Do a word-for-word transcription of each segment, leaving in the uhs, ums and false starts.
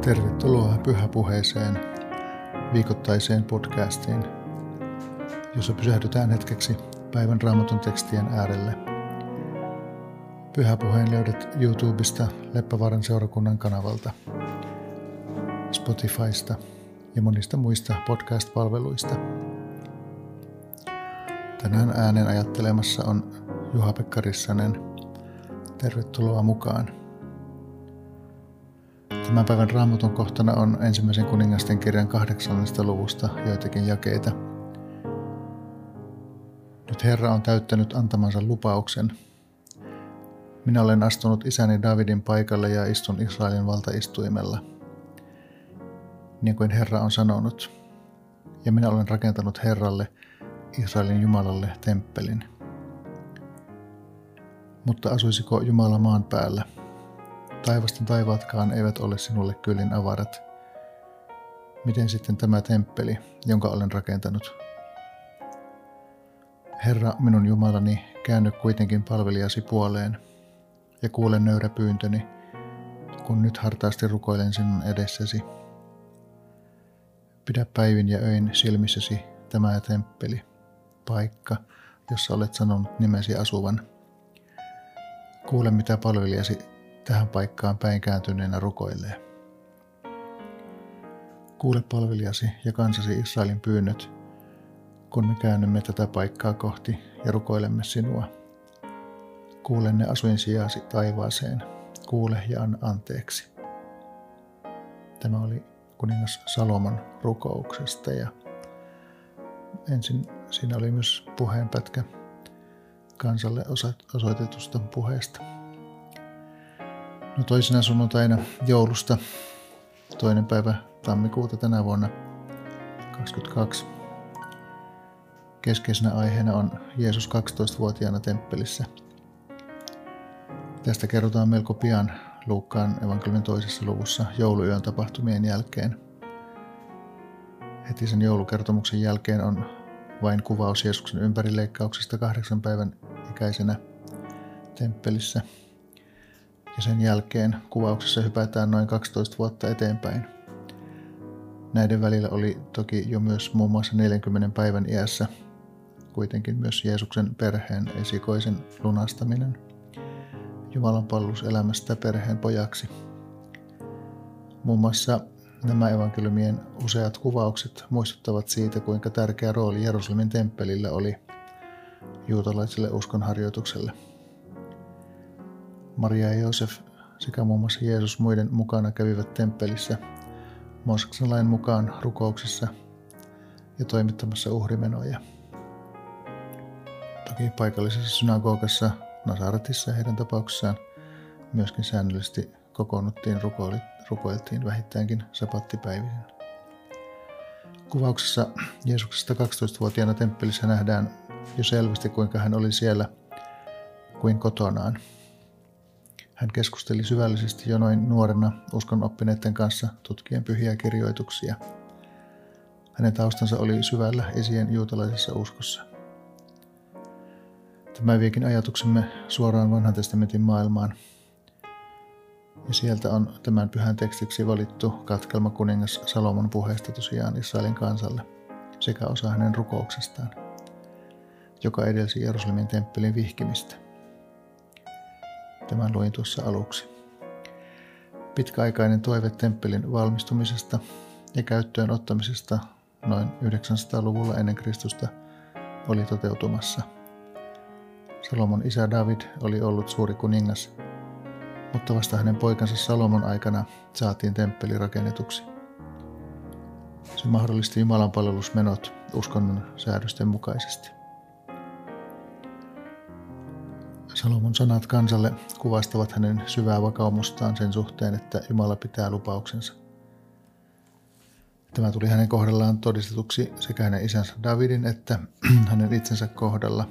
Tervetuloa Pyhäpuheeseen, viikoittaiseen podcastiin, jossa pysähdytään hetkeksi päivän Raamatun tekstien äärelle. Pyhäpuheen löydät YouTubesta Leppävaaran seurakunnan kanavalta, Spotifysta ja monista muista podcast-palveluista. Tänään äänen ajattelemassa on Juha-Pekka Rissanen. Tervetuloa mukaan. Tämän päivän Raamatun kohtana on ensimmäisen kuningasten kirjan kahdeksannesta luvusta joitakin jakeita. Nyt Herra on täyttänyt antamansa lupauksen. Minä olen astunut isäni Davidin paikalle ja istun Israelin valtaistuimella, niin kuin Herra on sanonut. Ja minä olen rakentanut Herralle, Israelin Jumalalle, temppelin. Mutta asuisiko Jumala maan päällä? Taivaston taivaatkaan eivät ole sinulle kyllin avarat. Miten sitten tämä temppeli, jonka olen rakentanut? Herra, minun Jumalani, käänny kuitenkin palvelijasi puoleen ja kuule nöyrä pyyntöni, kun nyt hartaasti rukoilen sinun edessäsi. Pidä päivin ja öin silmissäsi tämä temppeli, paikka, jossa olet sanonut nimesi asuvan. Kuule, mitä palvelijasi tähän paikkaan päin kääntyneenä rukoilee. Kuule palvelijasi ja kansasi Israelin pyynnöt, kun me käännymme tätä paikkaa kohti ja rukoilemme sinua. Kuule ne asuinsijasi taivaaseen, kuule ja anna anteeksi. Tämä oli kuningas Salomon rukouksesta ja ensin siinä oli myös puheenpätkä kansalle osoitetusta puheesta. No toisena sunnuntaina joulusta, toinen päivä tammikuuta tänä vuonna kaksikymmentäkaksi. Keskeisenä aiheena on Jeesus kaksitoistavuotiaana temppelissä. Tästä kerrotaan melko pian Luukkaan evankeliumin toisessa luvussa jouluyön tapahtumien jälkeen. Heti sen joulukertomuksen jälkeen on vain kuvaus Jeesuksen ympärileikkauksesta kahdeksan päivän ikäisenä temppelissä. Ja sen jälkeen kuvauksessa hypätään noin kaksitoista vuotta eteenpäin. Näiden välillä oli toki jo myös muun muassa neljänkymmenen päivän iässä kuitenkin myös Jeesuksen perheen esikoisen lunastaminen, Jumalan palvelus elämästä perheen pojaksi. Muun muassa nämä evankeliumien useat kuvaukset muistuttavat siitä, kuinka tärkeä rooli Jerusalemin temppelillä oli juutalaiselle uskonharjoitukselle. Maria ja Joosef sekä muun muassa Jeesus muiden mukana kävivät temppelissä Mooseksen lain mukaan rukouksissa ja toimittamassa uhrimenoja. Toki paikallisessa synagogassa Nasaretissa heidän tapauksessaan myöskin säännöllisesti kokoonnuttiin, rukoiltiin vähintäänkin sapattipäivinä. Kuvauksessa Jeesuksesta kaksitoistavuotiaana temppelissä nähdään jo selvästi, kuinka hän oli siellä kuin kotonaan. Hän keskusteli syvällisesti jo noin nuorena uskonoppineiden kanssa tutkien pyhiä kirjoituksia. Hänen taustansa oli syvällä esien juutalaisessa uskossa. Tämä viekin ajatuksemme suoraan vanhan testamentin maailmaan. Ja sieltä on tämän pyhän tekstiksi valittu katkelma kuningas Salomon puheesta tosiaan Israelin kansalle sekä osa hänen rukouksestaan, joka edelsi Jerusalemin temppelin vihkimistä. Tämän luin tuossa aluksi. Pitkäaikainen toive temppelin valmistumisesta ja käyttöön ottamisesta noin yhdeksänsataaluvulla ennen Kristusta oli toteutumassa. Salomon isä David oli ollut suuri kuningas, mutta vasta hänen poikansa Salomon aikana saatiin temppeli rakennetuksi. Se mahdollisti Jumalan palvelusmenot uskonnon säädösten mukaisesti. Salomon sanat kansalle kuvastavat hänen syvää vakaumustaan sen suhteen, että Jumala pitää lupauksensa. Tämä tuli hänen kohdallaan todistetuksi sekä hänen isänsä Davidin että hänen itsensä kohdalla.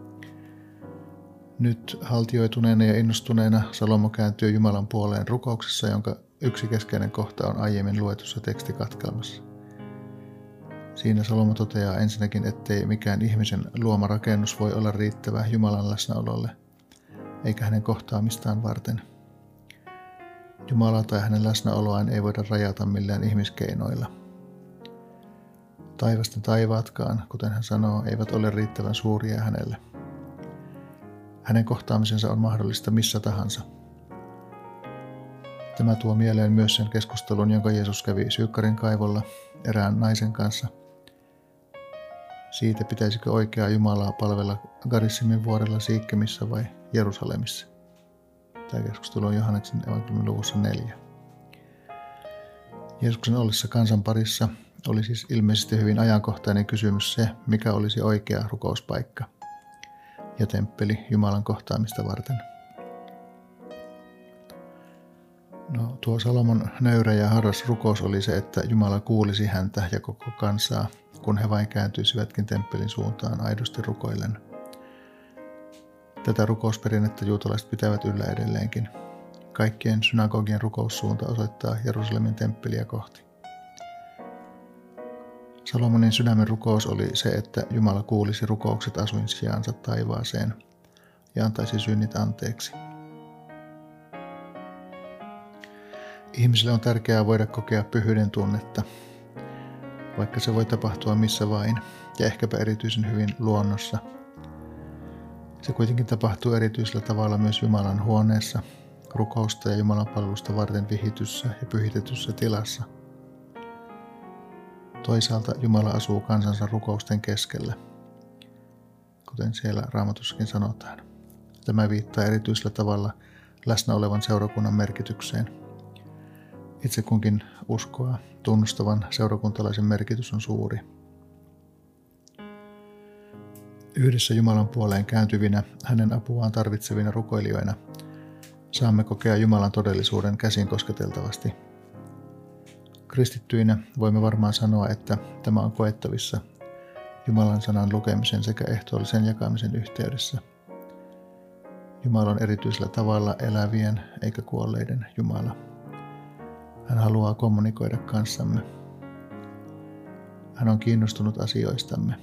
Nyt haltioituneena ja innostuneena Salomo kääntyy Jumalan puoleen rukouksessa, jonka yksi keskeinen kohta on aiemmin luetussa tekstikatkelmassa. Siinä Salomo toteaa ensinnäkin, ettei mikään ihmisen luoma rakennus voi olla riittävä Jumalan läsnäololle, eikä hänen kohtaamistaan varten. Jumalaa tai hänen läsnäoloaan ei voida rajata millään ihmiskeinoilla. Taivasten taivaatkaan, kuten hän sanoo, eivät ole riittävän suuria hänelle. Hänen kohtaamisensa on mahdollista missä tahansa. Tämä tuo mieleen myös sen keskustelun, jonka Jeesus kävi Syykkarin kaivolla erään naisen kanssa. Siitä pitäisikö oikeaa Jumalaa palvella Garissimin vuorella Siikkemissä vai Jerusalemissa. Tämä keskustelu on Johanneksen evankeliumin luvussa neljä. Jeesuksen ollessa kansan parissa oli siis ilmeisesti hyvin ajankohtainen kysymys se, mikä olisi oikea rukouspaikka ja temppeli Jumalan kohtaamista varten. No, tuo Salomon nöyrä ja harras rukous oli se, että Jumala kuulisi häntä ja koko kansaa, kun he vain kääntyisivätkin temppelin suuntaan aidosti rukoillen. Tätä rukousperinnettä juutalaiset pitävät yllä edelleenkin. Kaikkien synagogien rukoussuunta osoittaa Jerusalemin temppeliä kohti. Salomonin sydämen rukous oli se, että Jumala kuulisi rukoukset asuinsijaansa taivaaseen ja antaisi synnit anteeksi. Ihmisille on tärkeää voida kokea pyhyyden tunnetta, vaikka se voi tapahtua missä vain, ja ehkäpä erityisen hyvin luonnossa. Se kuitenkin tapahtuu erityisellä tavalla myös Jumalan huoneessa, rukousta ja Jumalan palvelusta varten vihityssä ja pyhitetyssä tilassa. Toisaalta Jumala asuu kansansa rukousten keskellä, kuten siellä Raamatussakin sanotaan. Tämä viittaa erityisellä tavalla läsnä olevan seurakunnan merkitykseen. Itse kunkin uskoa tunnustavan seurakuntalaisen merkitys on suuri. Yhdessä Jumalan puoleen kääntyvinä, hänen apuaan tarvitsevina rukoilijoina saamme kokea Jumalan todellisuuden käsin kosketeltavasti. Kristittyinä voimme varmaan sanoa, että tämä on koettavissa Jumalan sanan lukemisen sekä ehtoollisen jakamisen yhteydessä. Jumala on erityisellä tavalla elävien eikä kuolleiden Jumala. Hän haluaa kommunikoida kanssamme. Hän on kiinnostunut asioistamme.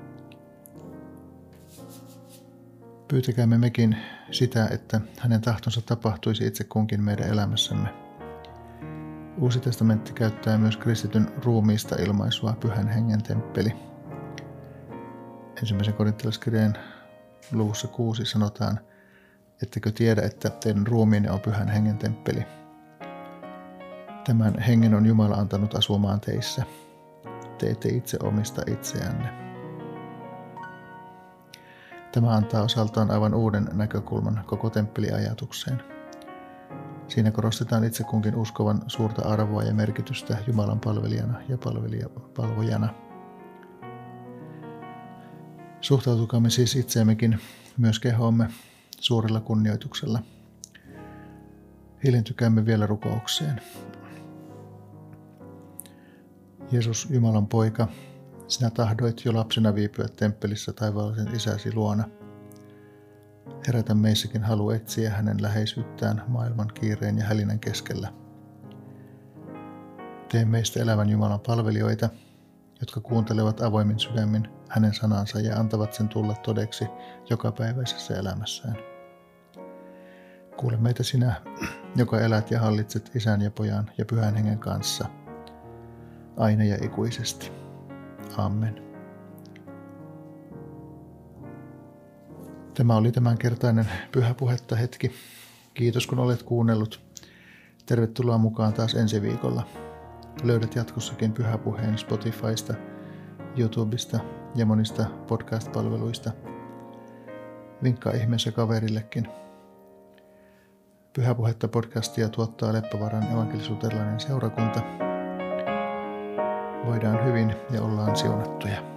Pyytäkäämme mekin sitä, että hänen tahtonsa tapahtuisi itse kunkin meidän elämässämme. Uusi testamentti käyttää myös kristityn ruumiista ilmaisua Pyhän Hengen temppeli. Ensimmäisen korinttilaiskirjeen luvussa kuusi sanotaan, ettekö tiedä, että teidän ruumiinne on Pyhän Hengen temppeli. Tämän hengen on Jumala antanut asumaan teissä. Te ette itse omista itseänne. Tämä antaa osaltaan aivan uuden näkökulman koko temppeliajatukseen. Siinä korostetaan itse kunkin uskovan suurta arvoa ja merkitystä Jumalan palvelijana ja palvojana. Suhtautukaamme siis itseemmekin, myös kehoomme, suurella kunnioituksella. Hiljentykäämme vielä rukoukseen. Jeesus, Jumalan poika, sinä tahdoit jo lapsena viipyä temppelissä taivaallisen isäsi luona. Herätä meissäkin halu etsiä hänen läheisyyttään maailman kiireen ja hälinän keskellä. Tee meistä elävän Jumalan palvelijoita, jotka kuuntelevat avoimin sydämin hänen sanansa ja antavat sen tulla todeksi jokapäiväisessä elämässään. Kuule meitä sinä, joka elät ja hallitset Isän ja Pojan ja Pyhän Hengen kanssa, aina ja ikuisesti. Amen. Tämä oli tämänkertainen Pyhäpuhetta hetki. Kiitos kun olet kuunnellut. Tervetuloa mukaan taas ensi viikolla. Löydät jatkossakin Pyhäpuheen Spotifysta, YouTubesta ja monista podcast-palveluista. Vinkkaa ihmeessä kaverillekin. Pyhäpuhetta podcastia tuottaa Leppävaaran evankelis-luterilainen seurakunta. Voidaan hyvin ja ollaan siunattuja.